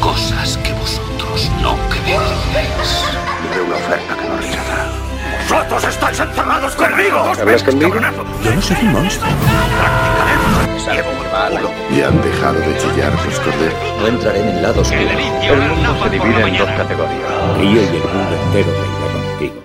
cosas que vosotros no creéis. Haré una oferta que no rechazará. ¡Vosotros estáis encerrados conmigo! ¿Hablas conmigo? Yo no soy un monstruo. Llevo un culo. ¿Y han dejado de chillar tus corderos? No entraré en el lado oscuro. El mundo se divide en dos categorías. Río y el mundo entero reirá contigo.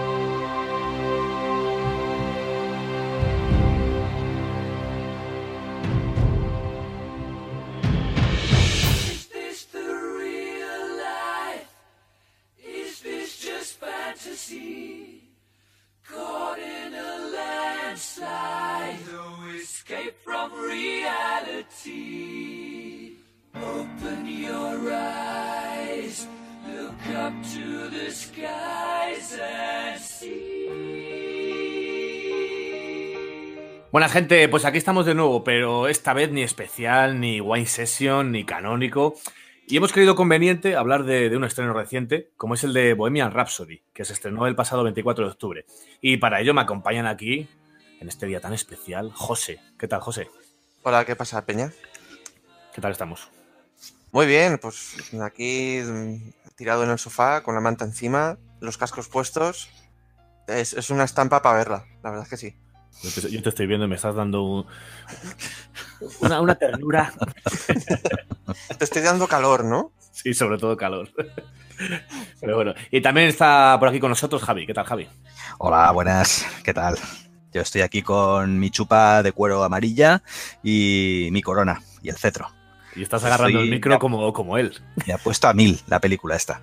Buena gente, pues aquí estamos de nuevo, pero esta vez ni especial, ni wine session, ni canónico. Y hemos creído conveniente hablar de un estreno reciente, como es el de Bohemian Rhapsody, que se estrenó el pasado 24 de octubre. Y para ello me acompañan aquí, en este día tan especial, José. ¿Qué tal, José? Hola, ¿qué pasa, Peña? ¿Qué tal estamos? Muy bien, pues aquí tirado en el sofá, con la manta encima, los cascos puestos. Es una estampa para verla, la verdad es que sí. Yo te estoy viendo y me estás dando una ternura. Te estoy dando calor, ¿no? Sí, sobre todo calor. Pero bueno, y también está por aquí con nosotros Javi. ¿Qué tal, Javi? Hola, buenas, ¿qué tal? Yo estoy aquí con mi chupa de cuero amarilla y mi corona y el cetro. Y estás agarrando el micro como él. Me ha puesto a 1000 la película esta.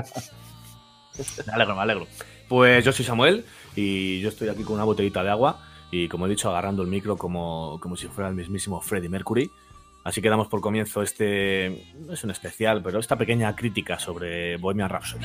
Me alegro. Pues yo soy Samuel y yo estoy aquí con una botellita de agua y, como he dicho, agarrando el micro como si fuera el mismísimo Freddie Mercury. Así que damos por comienzo no es un especial, pero esta pequeña crítica sobre Bohemian Rhapsody.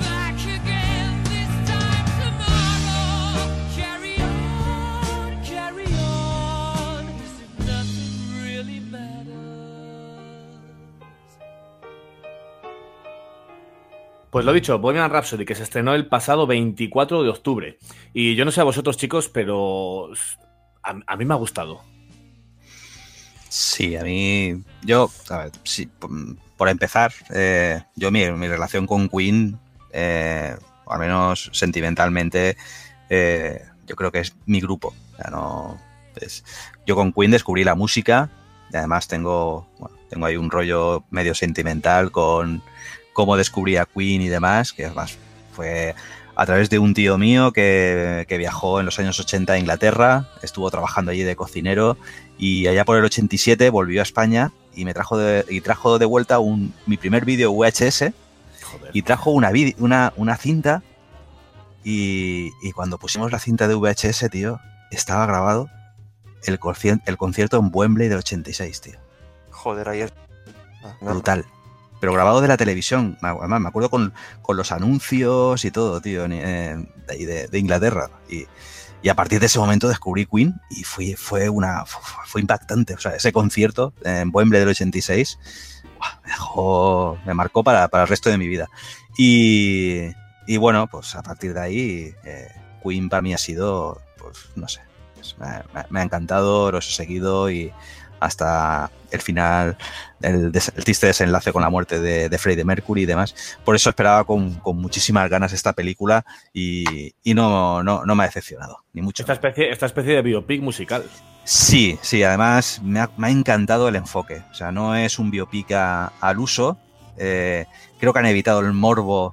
Pues lo dicho, Bohemian Rhapsody, que se estrenó el pasado 24 de octubre. Y yo no sé a vosotros, chicos, pero a mí me ha gustado. Sí, a mí... A ver, sí, por empezar, yo mi relación con Queen, o al menos sentimentalmente, yo creo que es mi grupo. O sea, yo con Queen descubrí la música y además tengo ahí un rollo medio sentimental con cómo descubrí a Queen y demás, que además fue a través de un tío mío que viajó en los años 80 a Inglaterra, estuvo trabajando allí de cocinero y allá por el 87 volvió a España y me trajo de vuelta mi primer vídeo VHS. Joder. Y trajo una cinta y cuando pusimos la cinta de VHS, tío, estaba grabado el concierto en Wembley del 86, tío. Joder, ayer. Brutal. Pero grabado de la televisión. Además, me acuerdo con los anuncios y todo, tío, de Inglaterra. Y a partir de ese momento descubrí Queen y fue impactante. O sea, ese concierto en Wembley del 86 me marcó para el resto de mi vida. Y bueno, pues a partir de ahí, Queen para mí ha sido, pues no sé, me ha encantado, los he seguido y hasta el final, el triste desenlace con la muerte de Freddie Mercury y demás. Por eso esperaba con muchísimas ganas esta película y no me ha decepcionado, ni mucho. Esta especie de biopic musical. Sí, además me ha encantado el enfoque. O sea, no es un biopic al uso. Creo que han evitado el morbo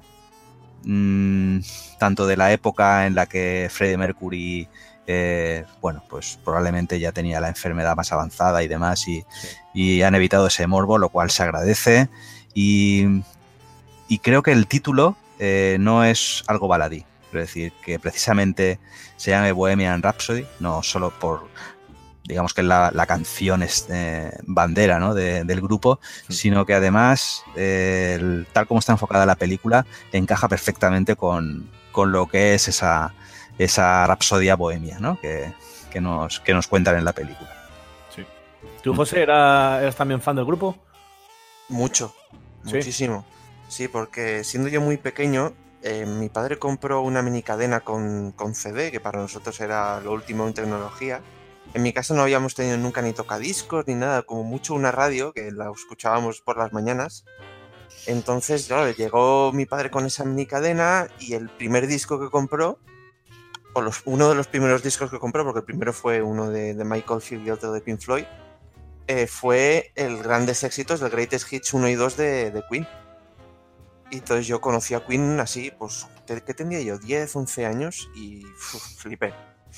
tanto de la época en la que Freddie Mercury pues probablemente ya tenía la enfermedad más avanzada y demás y han evitado ese morbo, lo cual se agradece y creo que el título no es algo baladí, es decir, que precisamente se llame Bohemian Rhapsody, no solo por, digamos que la canción es bandera, ¿no?, del grupo, sino que además tal como está enfocada la película encaja perfectamente con lo que es esa rapsodia bohemia, ¿no?, que nos cuentan en la película. Sí. ¿Tú, José, eras también fan del grupo? Mucho, ¿Sí? Muchísimo. Sí, porque siendo yo muy pequeño, mi padre compró una mini cadena con CD, que para nosotros era lo último en tecnología. En mi casa no habíamos tenido nunca ni tocadiscos ni nada, como mucho una radio, que la escuchábamos por las mañanas. Entonces, claro, llegó mi padre con esa minicadena y el primer disco que compró, uno de los primeros discos que compró, porque el primero fue uno de Mike Oldfield y otro de Pink Floyd, fue el Grandes Éxitos del Greatest Hits 1 y 2 de Queen. Y entonces yo conocí a Queen así, pues, ¿qué tendría yo? 10, 11 años y flipé.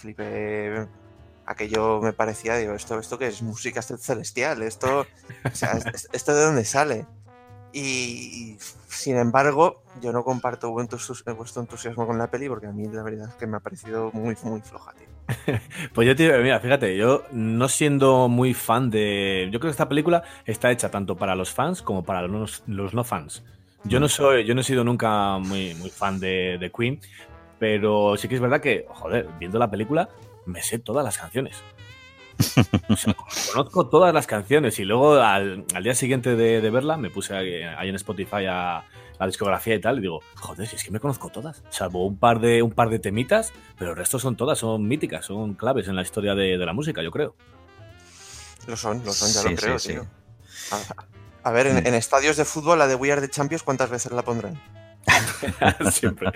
Aquello me parecía, digo, ¿esto qué es? Música celestial, esto, o sea, ¿esto de dónde sale? Y sin embargo, yo no comparto vuestro entusiasmo con la peli porque a mí la verdad es que me ha parecido muy, muy floja, tío. Pues mira, fíjate, yo no siendo muy fan de... Yo creo que esta película está hecha tanto para los fans como para los no fans. Yo no he sido nunca muy fan de Queen, pero sí que es verdad que, joder, viendo la película me sé todas las canciones. O sea, conozco todas las canciones y luego al día siguiente de verla me puse ahí en Spotify a la discografía y tal y digo, joder, si es que me conozco todas, salvo un par de temitas, pero el resto son míticas, son claves en la historia de la música, yo creo. Lo son, ya Sí, lo creo, sí, tío. A ver, en estadios de fútbol, la de We Are the Champions, ¿cuántas veces la pondrán? Siempre.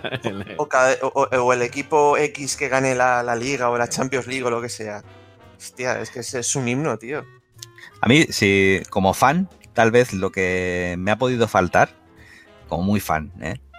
o el equipo X que gane la Liga o la Champions League o lo que sea. Hostia, es que es un himno, tío. A mí, sí, como fan, tal vez lo que me ha podido faltar, como muy fan,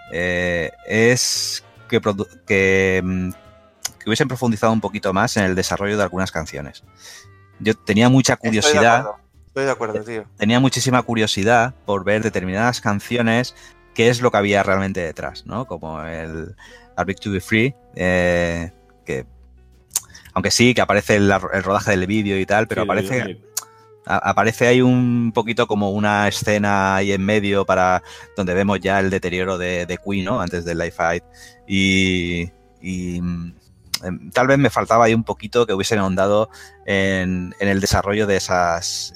es que hubiesen profundizado un poquito más en el desarrollo de algunas canciones. Yo tenía mucha curiosidad. Estoy de acuerdo, tío. Tenía muchísima curiosidad por ver determinadas canciones, qué es lo que había realmente detrás, ¿no? Como el Are Big to Be Free, que aunque sí, que aparece el rodaje del vídeo y tal, pero sí, aparece ahí un poquito como una escena ahí en medio donde vemos ya el deterioro de Queen, ¿no? Antes del Live Aid. Y tal vez me faltaba ahí un poquito que hubiesen ahondado en el desarrollo de esas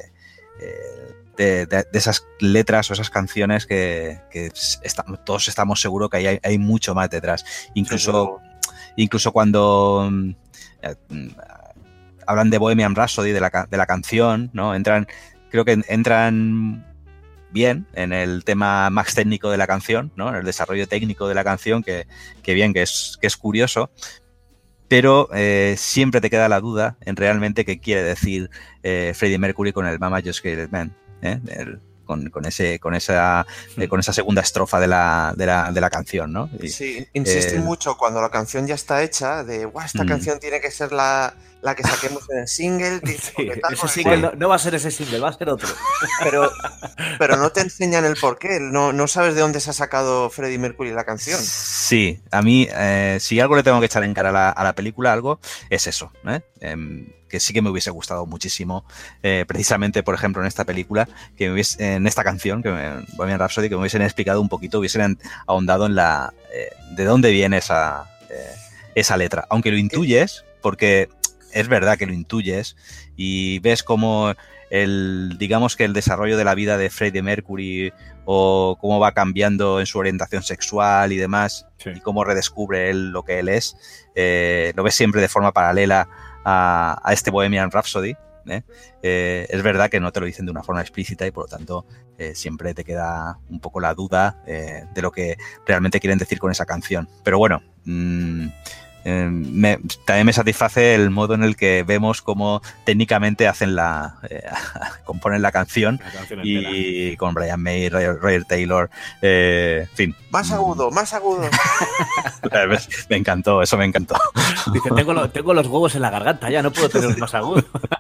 de esas letras o esas canciones que todos estamos seguros que hay mucho más detrás. Incluso cuando hablan de Bohemian Rhapsody, de la canción, ¿no? Creo que entran bien en el tema más técnico de la canción, ¿no? En el desarrollo técnico de la canción, que es curioso, pero siempre te queda la duda en realmente qué quiere decir Freddie Mercury con el Mama Just Killed Man, con esa segunda estrofa de la canción, ¿no? Sí, insisten mucho cuando la canción ya está hecha de esta canción tiene que ser la que saquemos en el single. Sí, ese single no va a ser ese single, va a ser otro. Pero no te enseñan el porqué, no sabes de dónde se ha sacado Freddie Mercury la canción. Sí, a mí, si algo le tengo que echar en cara a la película, algo es eso, que sí que me hubiese gustado muchísimo, precisamente, por ejemplo, en esta película, en esta canción, Bohemian Rhapsody, que me hubiesen explicado un poquito, hubiesen ahondado en de dónde viene esa letra. Aunque lo intuyes, porque es verdad que lo intuyes y ves cómo digamos que el desarrollo de la vida de Freddie Mercury o cómo va cambiando en su orientación sexual y demás, sí, y cómo redescubre él lo que él es, lo ves siempre de forma paralela a este Bohemian Rhapsody. Es verdad que no te lo dicen de una forma explícita y por lo tanto siempre te queda un poco la duda de lo que realmente quieren decir con esa canción. Pero bueno, también me satisface el modo en el que vemos cómo técnicamente componen la canción y con Brian May, Roger Taylor, en fin. Más agudo. Me encantó, eso me encantó. Dice, tengo los huevos en la garganta, ya no puedo tener más agudo.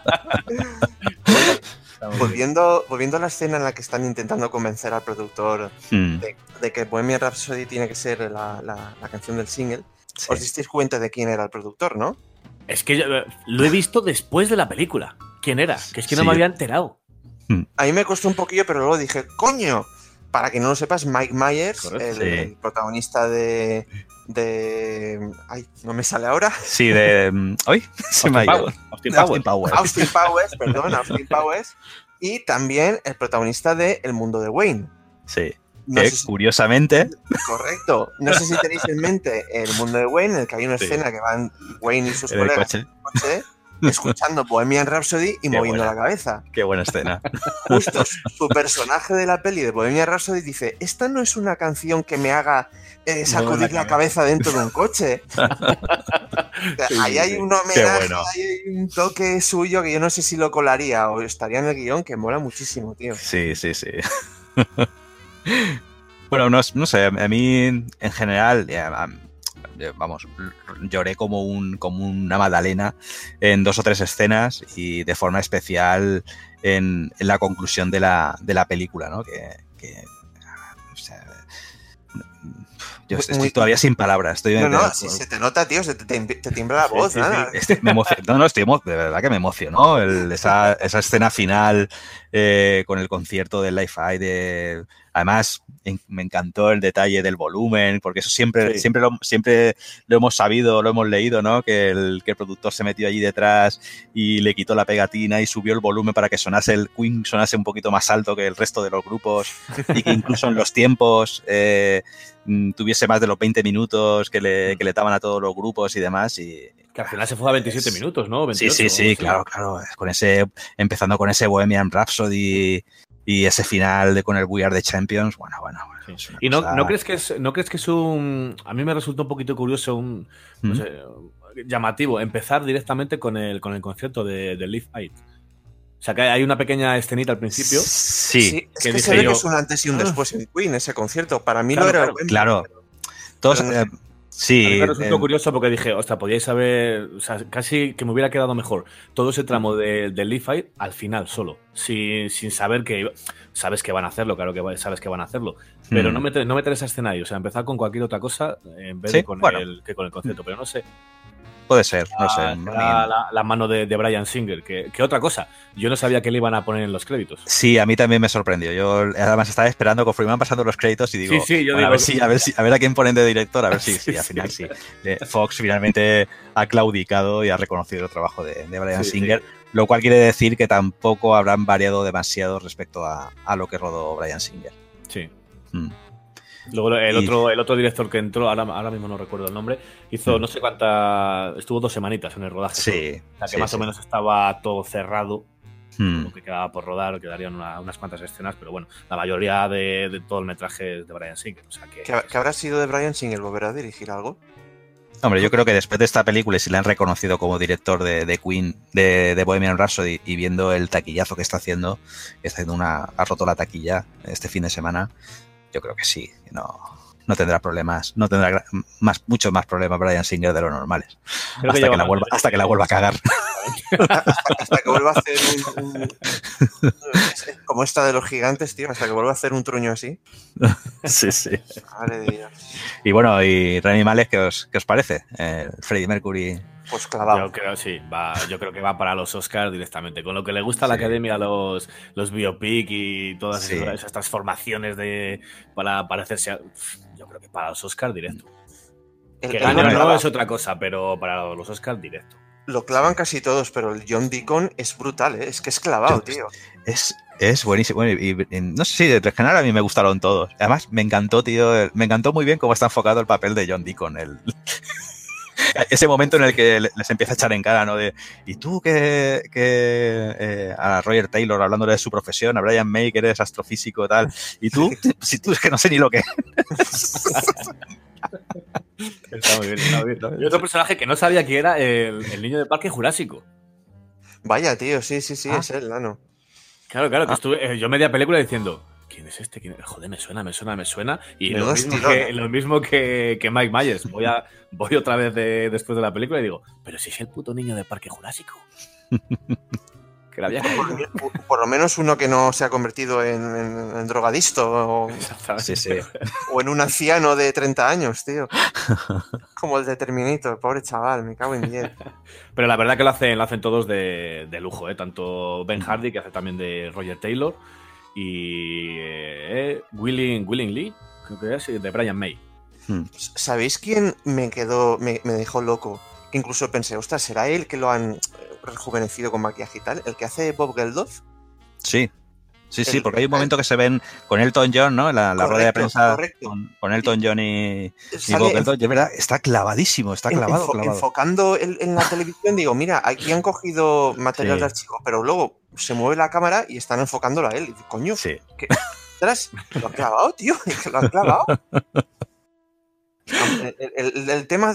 Volviendo a la escena en la que están intentando convencer al productor de que Bohemian Rhapsody tiene que ser la canción del single, sí, os disteis cuenta de quién era el productor, ¿no? Es que yo lo he visto después de la película. ¿Quién era? Que es que no me había enterado. A mí me costó un poquillo, pero luego dije, ¡coño! Para que no lo sepas, Mike Myers, el protagonista de... Ay, ¿no me sale ahora? Sí, ¿Hoy? Austin Powers. Y también el protagonista de El mundo de Wayne. Sí. Curiosamente. Correcto. No sé si tenéis en mente El mundo de Wayne, en el que hay una escena que van Wayne y sus colegas en el coche escuchando Bohemian Rhapsody y moviendo la cabeza. Qué buena escena. Justo su personaje de la peli de Bohemian Rhapsody dice, esta no es una canción que me haga sacudir la cabeza dentro de un coche. Ahí hay un homenaje, bueno. ahí hay un toque suyo que yo no sé si lo colaría o estaría en el guión, que mola muchísimo, tío. Sí. Bueno, no sé, a mí en general, vamos, lloré como una magdalena en 2 o 3 escenas y de forma especial en la conclusión de la película, ¿no? O sea, yo estoy todavía sin palabras. Si se te nota, tío, se te tiembla la voz, nada. Me emocionó, de verdad que me emocionó esa escena final con el concierto del Live Aid. Además, me encantó el detalle del volumen, porque eso siempre lo hemos sabido, lo hemos leído, ¿no? Que el productor se metió allí detrás y le quitó la pegatina y subió el volumen para que el Queen sonase un poquito más alto que el resto de los grupos y que incluso en los tiempos tuviese más de los 20 minutos que le daban a todos los grupos y demás. Y que al final se fue a 27 minutos, ¿no? 28, sí, claro. Empezando con ese Bohemian Rhapsody y ese final con el We Are the Champions, bueno. Sí. ¿Y no crees que es un... A mí me resulta un poquito curioso, no sé, llamativo, empezar directamente con el concierto de Live Aid? O sea, que hay una pequeña escenita al principio. Sí, es que se ve que es un antes y un después en Queen, ese concierto. Para mí no era... Claro. Todos... Sí. A mí me resultó curioso porque dije, ostras, podíais haber, o sea, casi que me hubiera quedado mejor todo ese tramo del Live Aid al final solo, sin saber que sabes que van a hacerlo, claro que sabes que van a hacerlo, pero no meter esa escena ahí, o sea, empezar con cualquier otra cosa en vez de con el concierto, pero no sé. Puede ser, no sé. La mano de Bryan Singer, que otra cosa. Yo no sabía que le iban a poner en los créditos. Sí, a mí también me sorprendió. Yo además estaba esperando conforme iban pasando los créditos y digo, a ver a quién ponen de director, a ver si al final sí. Fox finalmente ha claudicado y ha reconocido el trabajo de Bryan Singer, lo cual quiere decir que tampoco habrán variado demasiado respecto a lo que rodó Bryan Singer. Sí. Luego el otro director que entró, ahora mismo no recuerdo el nombre, hizo no sé estuvo 2 semanitas en el rodaje. Sí. O sea que más o menos estaba todo cerrado, lo que quedaba por rodar, quedarían unas cuantas escenas, pero bueno, la mayoría de todo el metraje es de Bryan Singer. O sea ¿Qué habrá sido de Bryan Singer? ¿Volverá a dirigir algo? Hombre, yo creo que después de esta película, y si le han reconocido como director de Queen, de Bohemian Rhapsody, y viendo el taquillazo que está haciendo, ha roto la taquilla este fin de semana, yo creo que sí, no tendrá problemas, no tendrá muchos más problemas Bryan Singer de los normales. Hasta que la vuelva a cagar. hasta que vuelva a hacer como esta de los gigantes, tío, hasta que vuelva a hacer un truño así. Sí. Madre de Dios. Y bueno, y Rami Malek, ¿qué os parece? Freddie Mercury. Pues clavado. Yo creo que va para los Oscars directamente. Con lo que le gusta a la Academia los biopic y todas esas transformaciones para parecerse yo creo que para los Oscars directo. Que gane no es otra cosa, pero para los Oscars directo. Lo clavan casi todos, pero el John Deacon es brutal, ¿eh? Es que es clavado, tío. Es buenísimo. Y no sé si de general a mí me gustaron todos. Además, me encantó, tío. Me encantó muy bien cómo está enfocado el papel de John Deacon. Ese momento en el que les empieza a echar en cara, ¿no? Y tú a Roger Taylor hablándole de su profesión, a Brian May, que eres astrofísico, tal. Y tú, si tú es que no sé ni lo que Está muy bien. Y otro personaje que no sabía que era el niño de Parque Jurásico. Vaya, tío, sí, es él, Lano. Claro, que estuve yo media película diciendo, ¿quién es este? Joder, me suena. Y lo mismo que Mike Myers. Voy otra vez después de la película y digo, pero si es el puto niño de Parque Jurásico. Que la había por lo menos uno que no se ha convertido en drogadicto o en un anciano de 30 años, tío. Como el de Terminator, pobre chaval, me cago en 10. Pero la verdad que lo hacen todos de lujo, tanto Ben Hardy, que hace también de Roger Taylor, y Willing Lee, creo que es de Brian May. ¿Sabéis quién me dejó loco? Que incluso pensé, ostras, ¿será él que lo han rejuvenecido con maquillaje y tal? ¿El que hace Bob Geldof? Sí. Sí, porque hay un momento que se ven con Elton John, ¿no? La rueda de prensa con Elton John y Bob, de verdad, está clavadísimo, está clavado. Enfocando en la televisión, digo, mira, aquí han cogido material de archivo, pero luego se mueve la cámara y están enfocándolo a él. Y digo, coño, ¿qué? ¿Ostras? Lo han clavado, tío, lo han clavado. El tema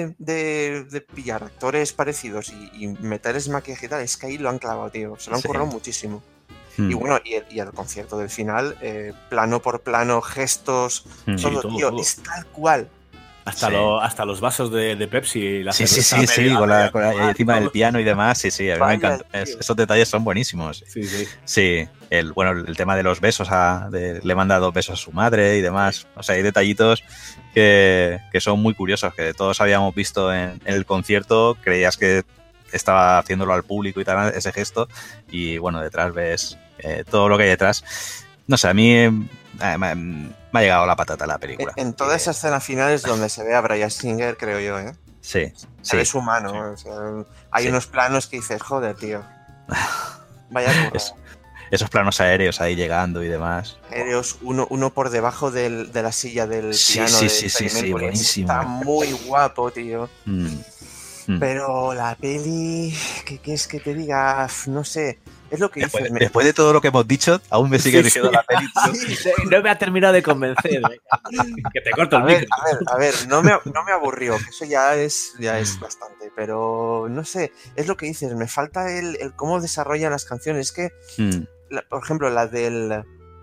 de pillar actores parecidos y meterles maquillaje y tal, es que ahí lo han clavado, tío. Se lo han currado muchísimo. Y bueno, y el concierto del final, plano por plano, gestos, todo, tío, es tal cual. Hasta los vasos de Pepsi y la cerveza. Sí, con encima del piano y demás, a mí me encanta. Esos detalles son buenísimos. Sí, el tema de los besos, le manda 2 besos a su madre y demás. O sea, hay detallitos que son muy curiosos, que todos habíamos visto en el concierto, creías que estaba haciéndolo al público y tal, ese gesto, y bueno, detrás ves todo lo que hay detrás. No sé, a mí me ha llegado la patata la película. En toda esa escena final es donde se ve a Bryan Singer, creo yo, ¿eh? Sí. Es humano, o sea, hay unos planos que dices, joder, tío. Vaya curra. Esos planos aéreos ahí llegando y demás. Aéreos, uno por debajo de la silla del piano. Sí, buenísimo. Está muy guapo, tío. Pero la peli, ¿qué es que te diga? No sé, es lo que dices. Después de todo lo que hemos dicho, aún me sigue diciendo la peli. No me ha terminado de convencer. Que te corto el micro. A ver, no me aburrió, que eso ya es bastante, pero no sé, es lo que dices, me falta el cómo desarrollan las canciones. Es que, por ejemplo, la del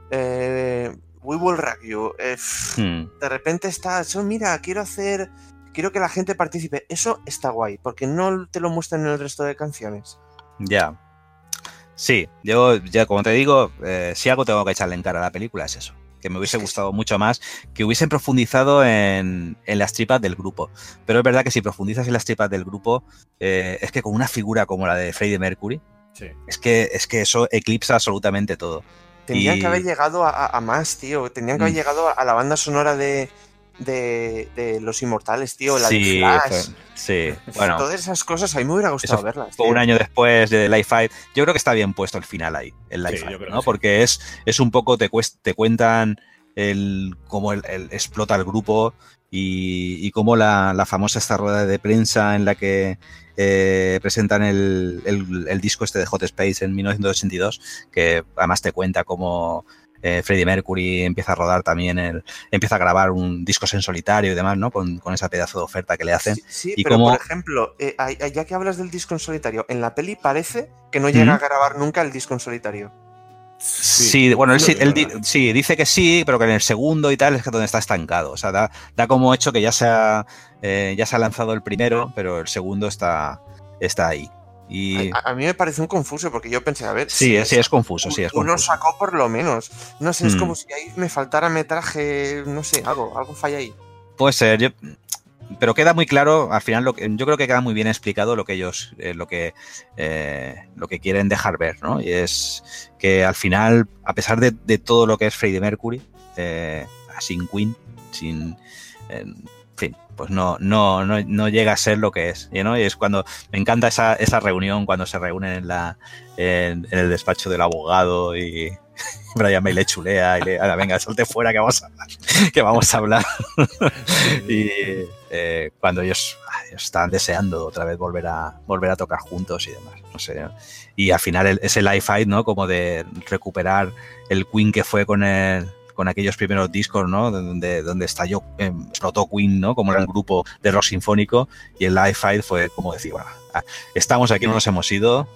We Will Rock You, de repente está, mira, quiero que la gente participe. Eso está guay, porque no te lo muestran en el resto de canciones. Ya. Sí, yo ya como te digo, si algo tengo que echarle en cara a la película es eso. Que me hubiese gustado mucho más que hubiesen profundizado en las tripas del grupo. Pero es verdad que si profundizas en las tripas del grupo, es que con una figura como la de Freddie Mercury, es que eso eclipsa absolutamente todo. Tendrían que haber llegado a más, tío. Tendrían que haber llegado a la banda sonora de Los Inmortales, tío, la de Flash. Bueno. Todas esas cosas a mí me hubiera gustado verlas. Fue un año después de Live Fight. Yo creo que está bien puesto el final ahí, el Live Fight, ¿no? Porque es un poco, te cuentan cómo explota el grupo y cómo la famosa esta rueda de prensa en la que presentan el disco este de Hot Space en 1982, que además te cuenta cómo Freddie Mercury empieza a rodar también, empieza a grabar un discos en solitario y demás, ¿no? Con esa pedazo de oferta que le hacen. Sí, pero por ejemplo, ya que hablas del disco en solitario, en la peli parece que no llega a grabar nunca el disco en solitario. Sí, bueno, él dice que sí, pero que en el segundo y tal es que donde está estancado. O sea, da como hecho que ya se ha lanzado el primero, pero el segundo está ahí. Y a mí me parece un confuso, porque yo pensé, a ver... Sí, es confuso, sí, es confuso. Uno sacó por lo menos. No sé, es como si ahí me faltara metraje, no sé, algo falla ahí. Puede ser, pero queda muy claro, al final yo creo que queda muy bien explicado lo que ellos, lo que quieren dejar ver, ¿no? Y es que al final, a pesar de todo lo que es Freddie Mercury, sin Queen, en fin, pues no llega a ser lo que es, ¿no? Y es cuando me encanta esa reunión, cuando se reúnen en el despacho del abogado y Brian May le chulea y venga, salte fuera que vamos a hablar. Y cuando ellos estaban deseando otra vez volver a tocar juntos y demás, no sé, ¿no? Y al final ese Live Fight, ¿no? Como de recuperar el Queen que fue con aquellos primeros discos, ¿no? Donde explotó Queen, ¿no? Como era el grupo de rock sinfónico, y el Live Fight fue como decir, bueno, estamos aquí, no nos hemos ido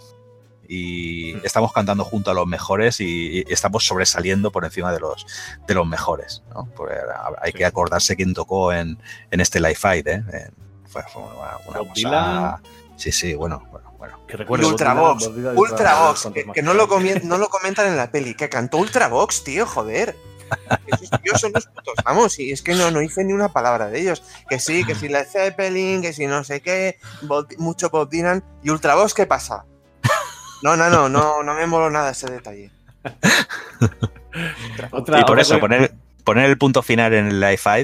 y estamos cantando junto a los mejores y estamos sobresaliendo por encima de los mejores, ¿no? Porque hay que acordarse quién tocó en este Live Fight, fue una cosa... Sí, bueno. Que Ultravox, que no lo comentan en la peli, que cantó Ultravox, tío, joder. Esos tíos son los putos amos, y es que no hice ni una palabra de ellos. Que sí, la Zeppelin, que si no sé qué, mucho Bob Dylan. ¿Y Ultravox qué pasa? No me moló nada ese detalle. Y por eso, poner el punto final en el Live Fight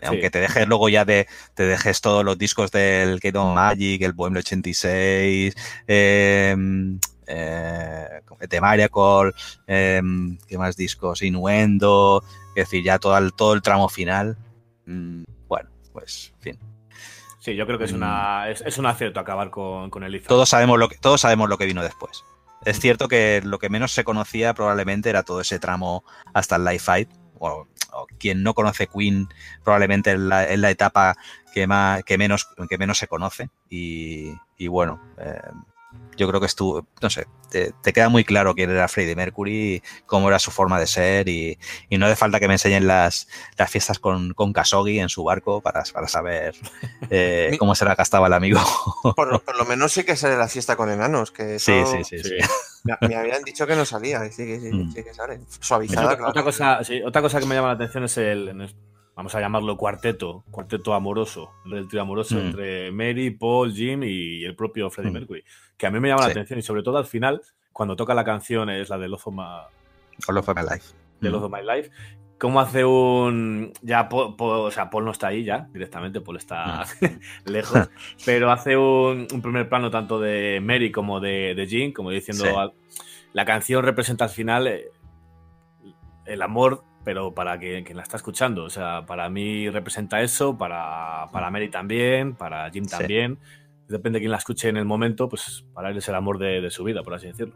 Aunque te dejes luego ya te dejes todos los discos del Kingdom Magic, el Bohemio 86, The Miracle, ¿qué más discos? Innuendo, es decir, ya todo el tramo final. Bueno, pues, en fin. Sí, yo creo que es un acierto acabar con el Leaf. Todos sabemos lo que vino después. Es cierto que lo que menos se conocía probablemente era todo ese tramo hasta el Live Fight. O quien no conoce Queen probablemente es la etapa que menos se conoce. Y bueno, yo creo que no sé, te queda muy claro quién era Freddie Mercury, cómo era su forma de ser, y no hace falta que me enseñen las fiestas con Khashoggi en su barco para saber cómo se la gastaba el amigo. Por lo menos sí que sale la fiesta con enanos, que eso, sí. Me habían dicho que no salía, sí que sale. Suavizada, claro. Otra cosa que me llama la atención es vamos a llamarlo cuarteto amoroso, el trío amoroso entre Mary, Paul, Jim y el propio Freddie Mercury, que a mí me llama la atención, y sobre todo al final, cuando toca la canción, es la de Love of My Life. De Love of My Life. Cómo hace ya Paul no está ahí ya directamente, Paul está lejos, pero hace un primer plano tanto de Mary como de Jim, como diciendo, la canción representa al final el amor, pero para quien la está escuchando. O sea, para mí representa eso, para Mary también, para Jim también. Depende de quién la escuche en el momento, pues para él es el amor de su vida, por así decirlo.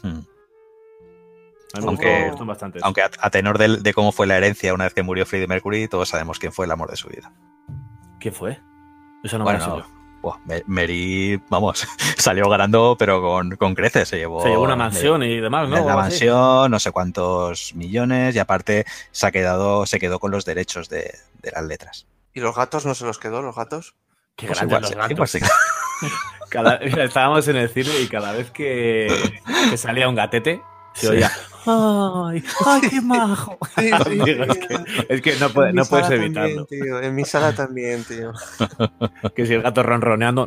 Aunque a tenor de cómo fue la herencia una vez que murió Freddie Mercury, todos sabemos quién fue el amor de su vida. ¿Quién fue? Eso no me lo sé yo. Mary, vamos, salió ganando, pero con creces. Se llevó una mansión y demás, ¿no? Una mansión, no sé cuántos millones, y aparte se quedó con los derechos de las letras. ¿Y los gatos no se los quedó, los gatos? Qué pues grandes los gatos. Estábamos en el cine y cada vez que salía un gatete, se oía, ¡ay, qué majo! Sí, es que no puedes evitarlo. También, tío, en mi sala también, tío. Que si el gato ronroneando.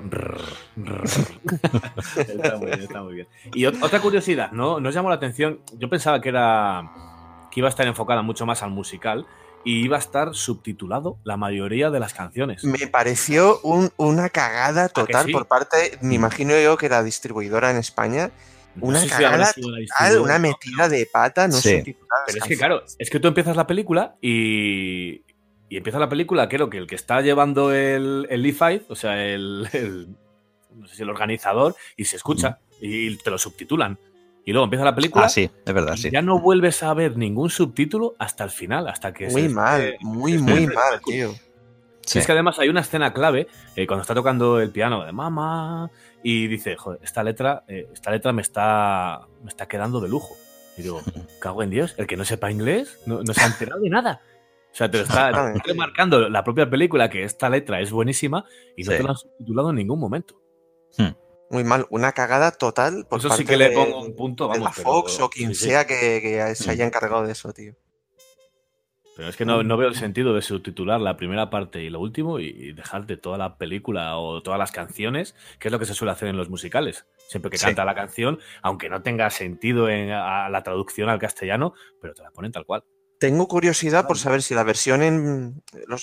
Está muy bien. Y otra curiosidad, ¿no? Nos llamó la atención. Yo pensaba que iba a estar enfocada mucho más al musical y iba a estar subtitulado la mayoría de las canciones. Me pareció una cagada total por parte, me imagino yo, que la distribuidora en España. Una cagada total, una metida de pata, no sé. Pero es que claro, es que tú empiezas la película y empieza la película, creo que el que está llevando el Lead Fight, o sea, no sé si el organizador, y se escucha y te lo subtitulan. Y luego empieza la película. Sí, es verdad, sí. Ya no vuelves a ver ningún subtítulo hasta el final, hasta que muy mal, tío. Sí. Es que además hay una escena clave cuando está tocando el piano de mamá y dice, joder, esta letra me está quedando de lujo. Y digo, cago en Dios, el que no sepa inglés no se ha enterado de nada. O sea, te lo está remarcando la propia película que esta letra es buenísima y no te lo han subtitulado en ningún momento. Muy mal, una cagada total por eso parte sí que le pongo un punto, vamos, de la Fox o quien sea que se haya encargado de eso, tío. Pero es que no veo el sentido de subtitular la primera parte y lo último y dejarte toda la película o todas las canciones, que es lo que se suele hacer en los musicales. Siempre que canta la canción, aunque no tenga sentido a la traducción al castellano, pero te la ponen tal cual. Tengo curiosidad por saber si la versión o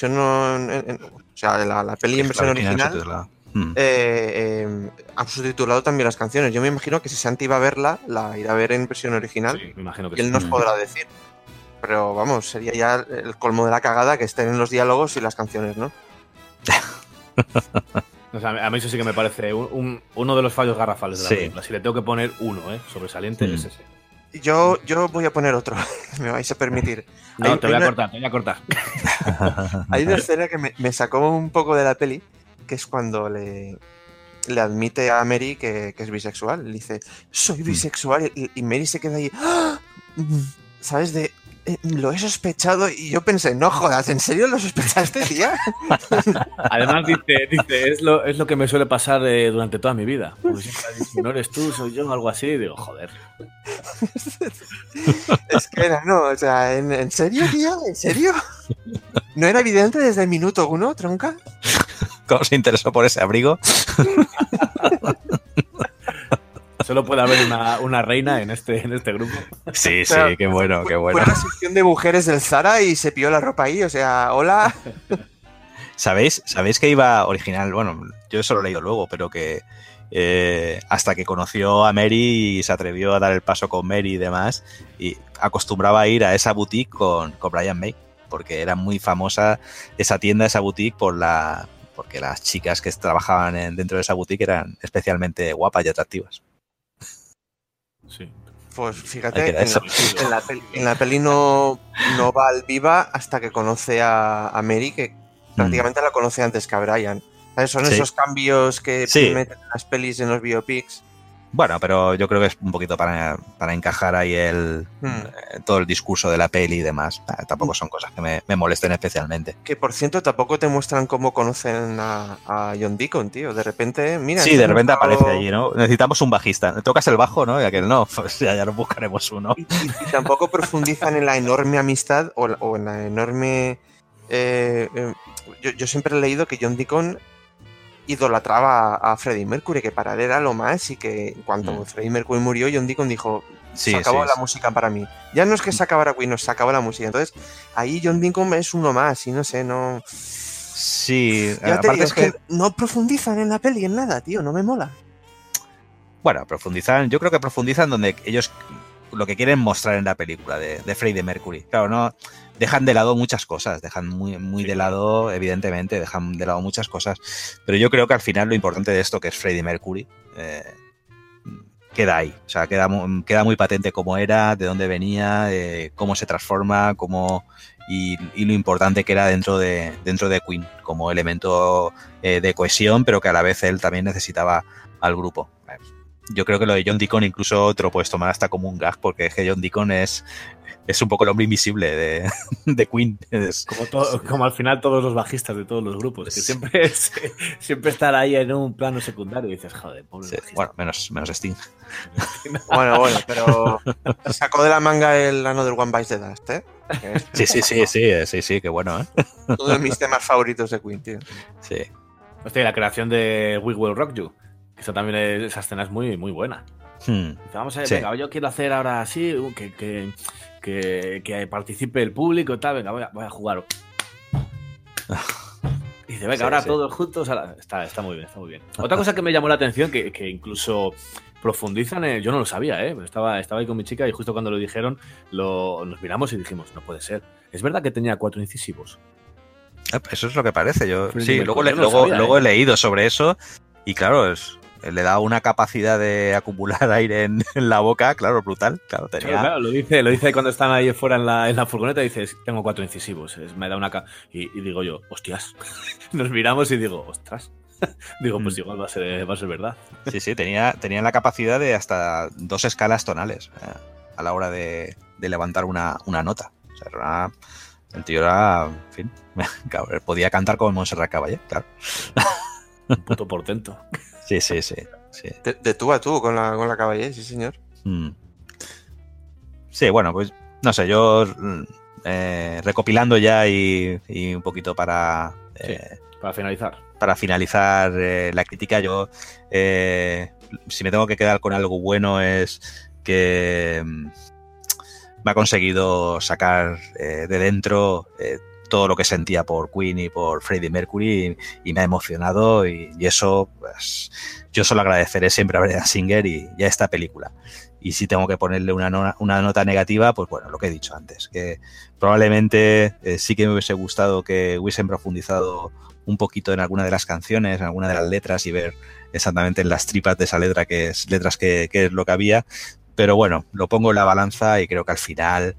sea, la peli en versión original han subtitulado también las canciones. Yo me imagino que si Santi iba a verla, la irá a ver en versión original. Sí, me imagino que y él nos podrá decir. Pero vamos, sería ya el colmo de la cagada que estén en los diálogos y las canciones, ¿no? O sea, a mí eso sí que me parece uno de los fallos garrafales de la película. Si le tengo que poner uno, sobresaliente, es ese. Yo voy a poner otro, me vais a permitir. No, te voy a cortar. Hay una escena que me sacó un poco de la peli, que es cuando le admite a Mary que es bisexual. Le dice, soy bisexual, y Mary se queda ahí, ¿sabes? Lo he sospechado, y yo pensé, no jodas, ¿en serio lo sospechaste, tía? Además dice es lo que me suele pasar durante toda mi vida. Pues si no eres tú, soy yo, algo así, y digo, joder. Es que no, o sea, ¿en serio, tío? ¿En serio? ¿No era evidente desde el minuto 1, tronca? ¿Cómo se interesó por ese abrigo? Solo puede haber una reina en este grupo. Sí, O sea, qué bueno, qué bueno. Fue a la sección de mujeres del Zara y se pilló la ropa ahí, o sea, hola. ¿Sabéis que iba original? Bueno, yo eso lo he leído luego, pero que hasta que conoció a Mary y se atrevió a dar el paso con Mary y demás, y acostumbraba a ir a esa boutique con Brian May, porque era muy famosa esa tienda, esa boutique, porque las chicas que trabajaban dentro de esa boutique eran especialmente guapas y atractivas. Sí. Pues fíjate, eso. en la peli no va al viva hasta que conoce a Mary, que prácticamente la conoce antes que a Brian. ¿Sabes? Son esos cambios que meten en las pelis, en los biopics. Bueno, pero yo creo que es un poquito para encajar ahí todo el discurso de la peli y demás. Tampoco son cosas que me molesten especialmente. Que por cierto, tampoco te muestran cómo conocen a John Deacon, tío. De repente, mira. Sí, de repente aparece allí, ¿no? Necesitamos un bajista. ¿Tocas el bajo, no? Y aquel no, pues ya nos buscaremos uno. Y tampoco profundizan en la enorme amistad o en la enorme... yo siempre he leído que John Deacon idolatraba a Freddie Mercury, que para él era lo más, y que cuando Freddie Mercury murió, John Deacon dijo, se acabó la música para mí. Ya no es que se acabara Queen, no, se acabó la música. Entonces, ahí John Deacon es uno más, y no sé, no... Sí, ya te digo, es que no profundizan en la peli, en nada, tío, no me mola. Bueno, yo creo que profundizan donde ellos lo que quieren mostrar en la película de Freddie Mercury. Claro, no dejan de lado muchas cosas, dejan muy de lado, evidentemente, dejan de lado muchas cosas, pero yo creo que al final lo importante de esto, que es Freddie Mercury, queda ahí. O sea, queda muy patente cómo era, de dónde venía, cómo se transforma, y lo importante que era dentro de Queen, como elemento de cohesión, pero que a la vez él también necesitaba al grupo. Yo creo que lo de John Deacon incluso te lo puedes tomar hasta como un gag, porque es que John Deacon es un poco el hombre invisible de Queen. Como al final todos los bajistas de todos los grupos, que siempre están ahí en un plano secundario y dices, joder, pobre bajista. Bueno, menos Sting. Bueno, pero sacó de la manga el Another One Bites the Dust, ¿eh? Sí, qué bueno, ¿eh? Uno de mis temas favoritos de Queen, tío. Sí. Hostia, y la creación de We Will Rock You. Eso también esa escena es muy, muy buena. Vamos a ver, venga, yo quiero hacer ahora así, que participe el público y tal, venga, voy a jugar. Y dice, venga, todos juntos. Está muy bien, está muy bien. Otra cosa que me llamó la atención, que incluso profundizan, yo no lo sabía, pero estaba ahí con mi chica y justo cuando lo dijeron, nos miramos y dijimos, no puede ser. ¿Es verdad que tenía 4 incisivos? Eso es lo que parece. Sí, luego sabía, he leído sobre eso y claro, le da una capacidad de acumular aire en la boca, claro, brutal. Claro, lo dice cuando están ahí fuera en la furgoneta, dices, tengo 4 incisivos, me da y digo yo, hostias. Nos miramos y digo, ostras. Digo, pues igual va a ser verdad. Sí, tenía la capacidad de hasta 2 escalas tonales a la hora de levantar una nota. O sea, el tío era, en fin, podía cantar como Montserrat Caballé, claro. Un puto portento. Sí. De tú a tú con la Caballé, sí, señor. Sí, bueno, pues no sé, yo recopilando ya y un poquito para finalizar. Para finalizar la crítica, yo si me tengo que quedar con algo bueno es que me ha conseguido sacar de dentro todo lo que sentía por Queen y por Freddie Mercury y me ha emocionado y eso pues yo solo agradeceré siempre a Bryan Singer y a esta película. Y si tengo que ponerle una nota negativa, pues bueno, lo que he dicho antes, que probablemente sí que me hubiese gustado que hubiesen profundizado un poquito en alguna de las canciones, en alguna de las letras y ver exactamente en las tripas de esa letra qué es lo que había. Pero bueno, lo pongo en la balanza y creo que al final,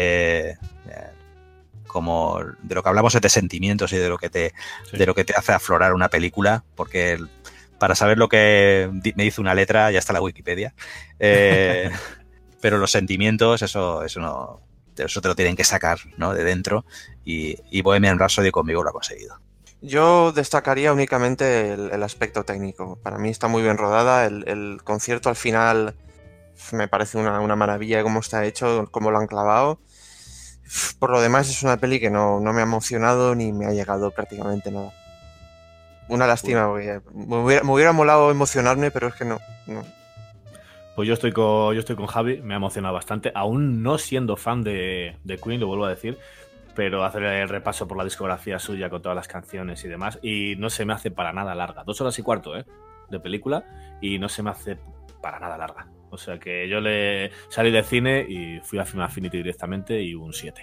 como de lo que hablamos es de sentimientos y de lo que te hace aflorar una película, porque para saber lo que me dice una letra ya está la Wikipedia, pero los sentimientos, eso te lo tienen que sacar, ¿no?, de dentro, y Bohemian Rhapsody conmigo lo ha conseguido. Yo destacaría únicamente el aspecto técnico. Para mí está muy bien rodada. El concierto al final me parece una maravilla cómo está hecho, cómo lo han clavado. Por lo demás es una peli que no me ha emocionado ni me ha llegado prácticamente nada. Una lástima, porque me hubiera molado emocionarme, pero es que no. Pues yo estoy con Javi, me ha emocionado bastante, aún no siendo fan de Queen, lo vuelvo a decir, pero hacer el repaso por la discografía suya con todas las canciones y demás, y no se me hace para nada larga, 2 horas y cuarto de película, y no se me hace para nada larga. O sea que yo le salí del cine y fui a Film Affinity directamente y un 7.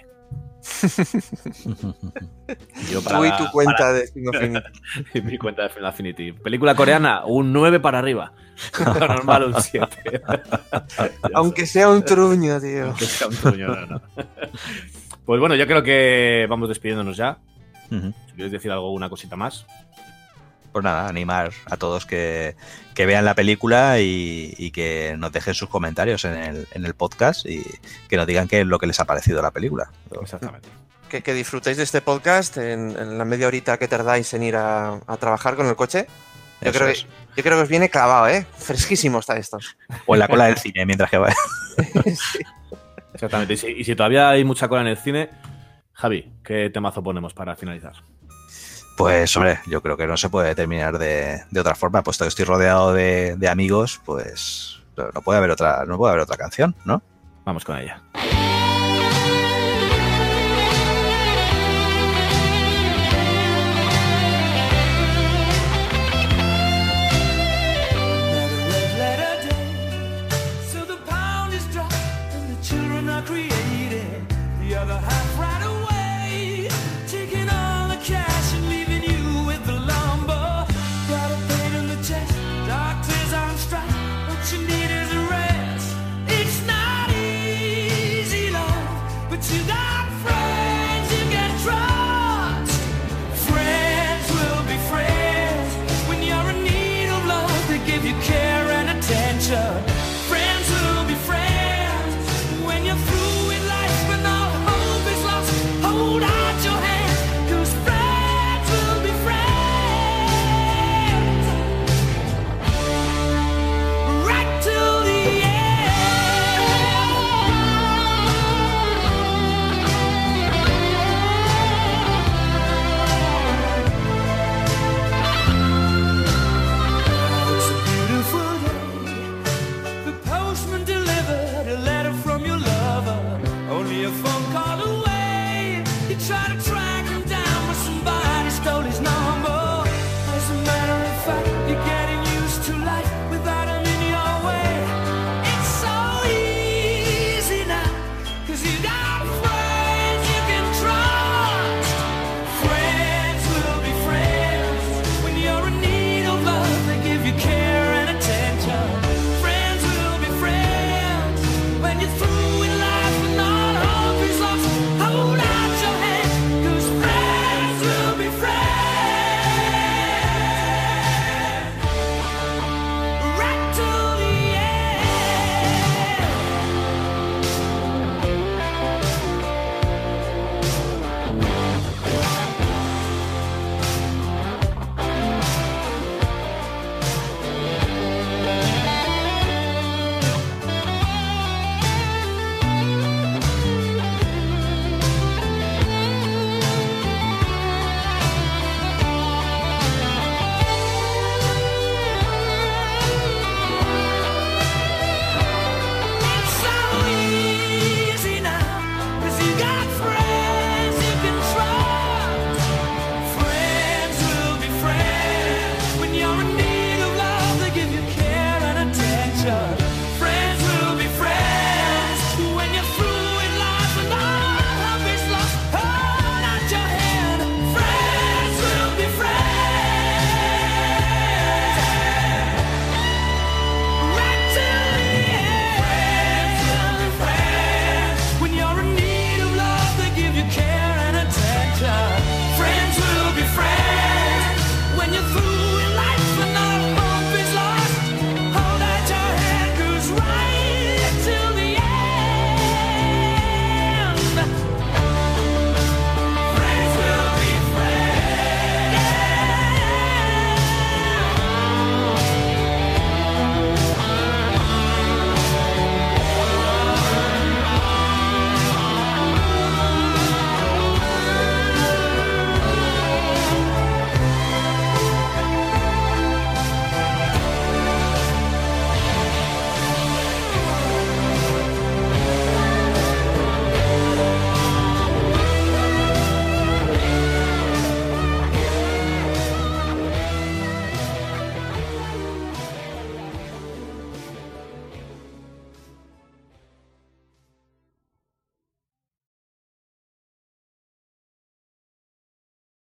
Tú y tu cuenta de Film Affinity. Y mi cuenta de Film Affinity. Película coreana, un 9 para arriba. Lo normal, un 7. Aunque sea un truño, tío. Aunque sea un truño, no. Pues bueno, yo creo que vamos despidiéndonos ya. Si quieres decir una cosita más. Pues nada, animar a todos que vean la película y que nos dejen sus comentarios en el podcast y que nos digan qué es lo que les ha parecido la película. Exactamente. Que disfrutéis de este podcast en la media horita que tardáis en ir a trabajar con el coche. Yo creo que os viene clavado, fresquísimo está esto. O en la cola del cine mientras que va. Sí. Exactamente. Y si todavía hay mucha cola en el cine, Javi, ¿qué temazo ponemos para finalizar? Pues hombre, yo creo que no se puede terminar de otra forma, puesto que estoy rodeado de amigos, pues no puede haber otra canción, ¿no? Vamos con ella.